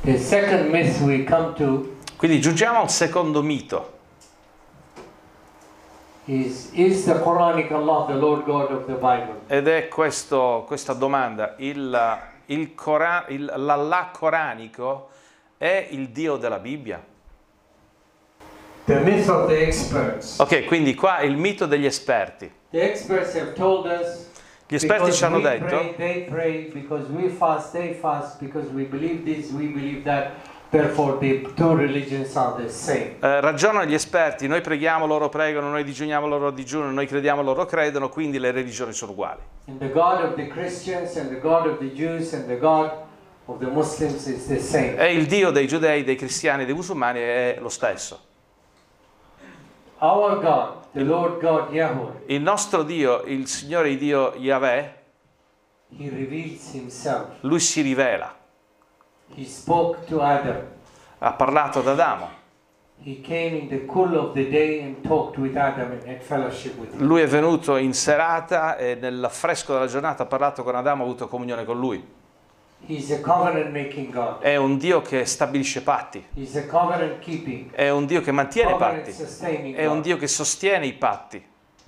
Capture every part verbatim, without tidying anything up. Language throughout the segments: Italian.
The second myth we come to Quindi giungiamo a un secondo mito. is is the Quranic Allah the Lord God of the Bible? Ed è questo, questa domanda. Il, il Cora, il, l'Allah coranico è il Dio della Bibbia? The myth of the experts. Ok, quindi qua il mito degli esperti. The experts have told us Gli esperti ci because hanno we detto, pray, they pray, because we fast, they fast, because we believe this, we believe that. Therefore, the two religions are the same. eh, ragionano gli esperti, noi preghiamo, loro pregano, noi digiuniamo, loro digiunano, noi crediamo, loro credono, quindi le religioni sono uguali. And the God of the Christians and the God of the Jews and the God of the Muslims is the same. E il Dio dei giudei, dei cristiani e dei musulmani è lo stesso. Our God, the Lord God Yahweh, Il nostro Dio, il Signore Dio Yahweh, He reveals Himself. Lui si rivela. He spoke to Adam. Ha parlato ad Adamo. He came in the cool of the day and talked with Adam and had fellowship with him. Lui è venuto in serata e nel fresco della giornata ha parlato con Adamo, ha avuto comunione con lui. He's a covenant making God. È un Dio che stabilisce patti. He's a covenant keeping. È un Dio che mantiene i Covenant patti. sustaining È un God. Dio che sostiene i patti.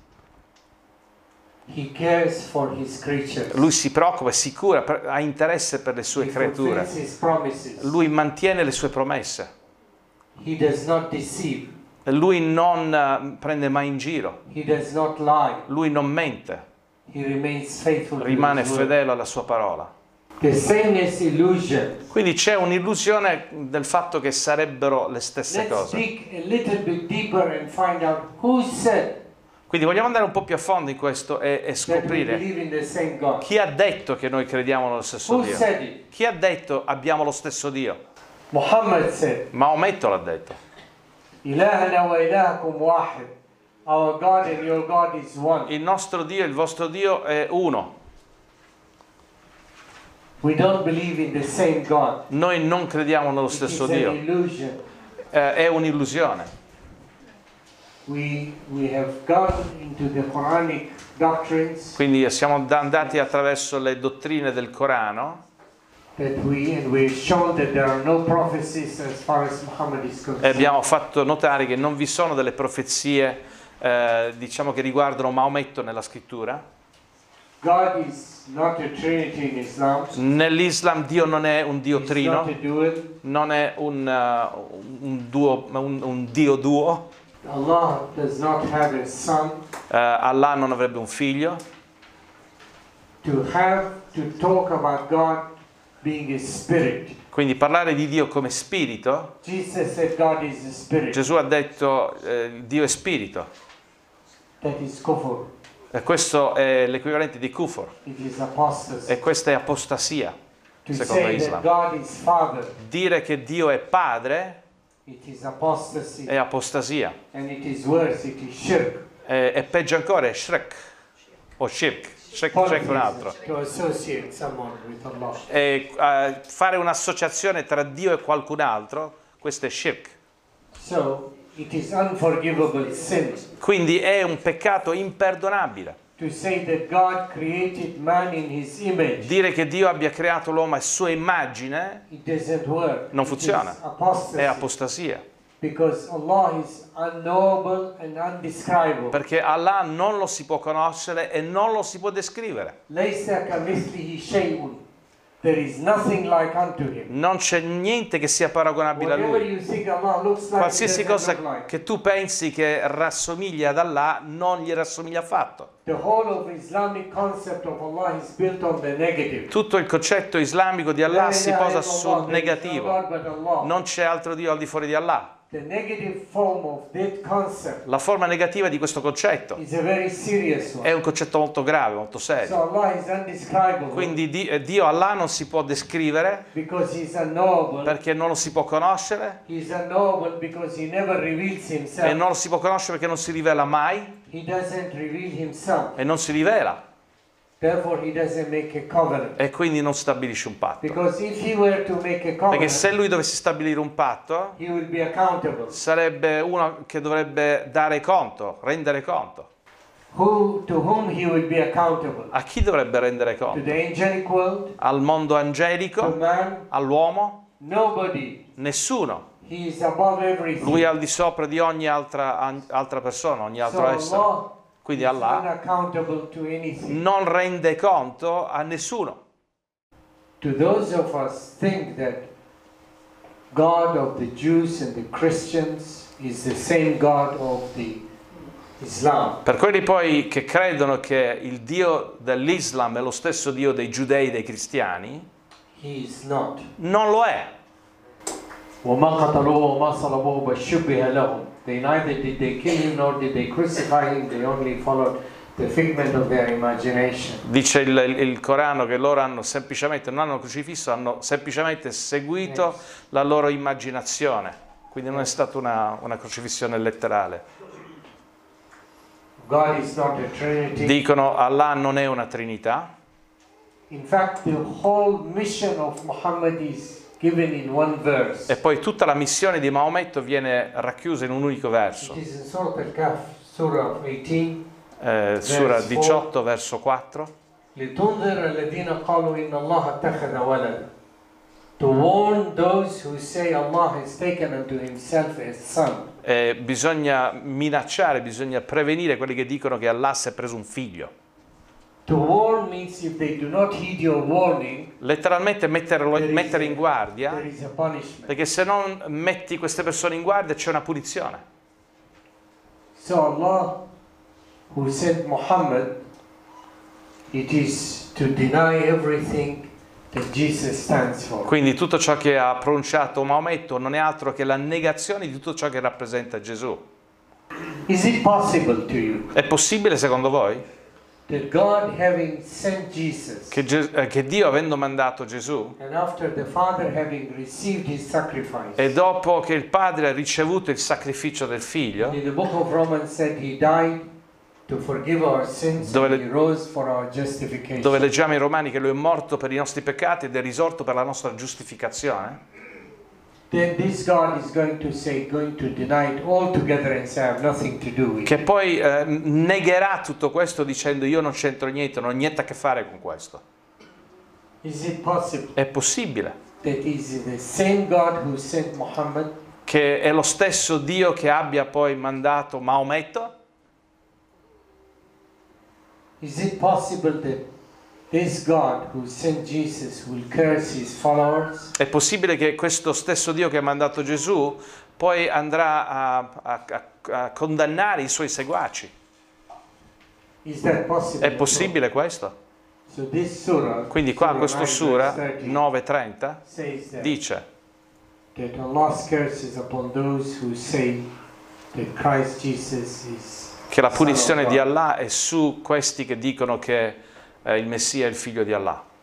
He cares for his creatures. Lui si preoccupa, si cura, ha interesse per le sue He creature. fulfills his promises. Lui mantiene le sue promesse. He does not deceive. Lui non eh, prende mai in giro. He does not lie. Lui non mente. He remains faithful Rimane to his word. fedele alla sua parola. The sameness illusion. Quindi c'è un'illusione del fatto che sarebbero le stesse Let's cose. dig a little bit deeper and find out who said Quindi vogliamo andare un po' più a fondo in questo e, e that we scoprire believe in the same God. chi ha detto che noi crediamo nello stesso Who Dio. said it? Chi ha detto abbiamo lo stesso Dio? Muhammad said, Maometto l'ha detto. Ilahana wa ilahakum wahid. Our God and your God is one. Il nostro Dio e il vostro Dio è uno. We don't believe in the same God. Noi non crediamo nello It stesso is an Dio. illusion. Eh, è un'illusione. We, we have gone into the Quranic doctrines Quindi siamo andati attraverso le dottrine del Corano that we, and we've shown that there are no prophecies as far as Muhammad is e concerned. abbiamo fatto notare che non vi sono delle profezie eh, diciamo che riguardano Maometto nella scrittura. God is not a trinity in Islam. Nell'Islam Dio non è un Dio He's trino, not a dual. non è un, uh, un, duo, un, un Dio duo. Allah does not have a son. Uh, Allah non avrebbe un figlio. To have to talk about God being a spirit. Quindi parlare di Dio come spirito, Jesus said God is a spirit. Gesù ha detto eh, Dio è spirito. That is kufr. E questo è l'equivalente di kufr. It is apostasy. E questa è apostasia, To secondo say that Islam. God is father, Dire che Dio è padre it is apostasy. è apostasia. And it is worse, it is shirk. E, e peggio ancora è shirk o shirk. Shirk c'è un altro. To associate someone with Allah. E, uh, fare un'associazione tra Dio e qualcun altro, questo è shirk. So it is unforgivable sin Quindi è un peccato imperdonabile. to say that God created man in his image. Dire che Dio abbia creato l'uomo a sua immagine It doesn't work. non It funziona. is apostasy. È apostasia. Because Allah is unknowable and undescribable. Perché Allah non lo si può conoscere e non lo si può descrivere. لَيْسَ كَمِثْلِهِ شَيْءٌ. There is nothing like unto him. Non c'è niente che sia paragonabile a Whatever Lui. you think Allah looks like, Qualsiasi it doesn't cosa look like. che tu pensi che rassomiglia ad Allah non gli rassomiglia affatto. The whole of Islamic concept of Allah is built on the negative. Tutto il concetto islamico di Allah si La ilaha posa illallah, sul there is no negativo. God but Allah. Non c'è altro Dio al di fuori di Allah. The negative form of that concept La forma negativa di questo concetto is a very serious one. è un concetto molto grave, molto So serio. Allah is undescribable Quindi Di- eh, Dio Allah non si può descrivere because He's unknowable. perché non lo si può conoscere He's unknowable because He never reveals e Himself. non lo si può conoscere perché non si rivela mai He doesn't reveal Himself. e non si rivela Therefore He doesn't make a covenant. e quindi non stabilisce un patto. Because if He were to make a Perché covenant, se lui dovesse stabilire un patto He will be accountable. sarebbe uno che dovrebbe dare conto, rendere conto. Who, to whom He will be accountable? A chi dovrebbe rendere To conto? the angelic world? Al mondo To angelico? man? All'uomo? Nobody. Nessuno. He is above everything. Lui è al di sopra di ogni altra, an- altra persona, ogni altro So essere. Allah Quindi is Allah unaccountable to anything. non rende conto a nessuno. To those of us think that God of the Jews and the Christians is the same God of the Islam. Per quelli poi che credono che il Dio dell'Islam è lo stesso Dio dei giudei e dei cristiani, He is not. non lo è. وَمَا قَتَلُوهُ وَمَا صَلَبُوهُ بَلْ شُبِّهَ لَهُم. They neither did they kill him nor did they crucify him. They only followed the figment of their imagination. Dice il, il- il Corano che loro hanno semplicemente, non hanno crocifisso, hanno semplicemente seguito Yes. la loro immaginazione. Quindi non è stata una, una crocifissione letterale. God is not a Trinity. Dicono Allah non è una Trinità. In fact, the whole mission of Muhammad is given in one verse. E poi tutta la missione di Maometto viene racchiusa in un unico verso. It is in Surah Al-Kahf, Surah eighteen. Eh, Sura diciotto, verso quattro. لِتُنذِرَ الَّذِينَ قَالُوا إِنَّ اللَّهَ اتَّخَذَ وَلَدًا. To warn those who say Allah has taken unto himself a son. Eh, bisogna minacciare, bisogna prevenire quelli che dicono che Allah si è preso un figlio. To warn means if they do not heed your warning, Letteralmente metterlo, there is mettere a- in guardia, there is a punishment. perché se non metti queste persone in guardia c'è una punizione. So Allah, who sent Muhammad, it is to deny everything that Jesus stands for. Quindi tutto ciò che ha pronunciato Maometto non è altro che la negazione di tutto ciò che rappresenta Gesù. Is it possible to you È possibile secondo voi that God, having sent Jesus, che, Ge- eh, che Dio, avendo mandato Gesù, and after the Father having received his sacrifice, e dopo che il Padre ha ricevuto il sacrificio del Figlio, in the book of Romans said he died to forgive our sins Dove and le- he rose for our justification. dove leggiamo in Romani che Lui è morto per i nostri peccati ed è risorto per la nostra giustificazione, Then this God is going to say, going to deny it altogether and say, I have nothing to do with it. che poi eh, negherà tutto questo dicendo io non c'entro niente, non ho niente a che fare con questo. Is it possible È possibile that is the same God who sent Muhammad che è lo stesso Dio che abbia poi mandato Maometto? Is it possible that this God who sent Jesus will curse his followers? È possibile che questo stesso Dio che ha mandato Gesù poi andrà a, a- a- a condannare i suoi seguaci? Is that possible? È possibile questo? So this surah, Quindi qua surah questo nine, Sura verse thirty, nove trenta says that, dice that Allah's curse is upon those who say that Christ Jesus is che la Son of punizione di God. Allah è su questi che dicono che eh, il Messia è il figlio di Allah.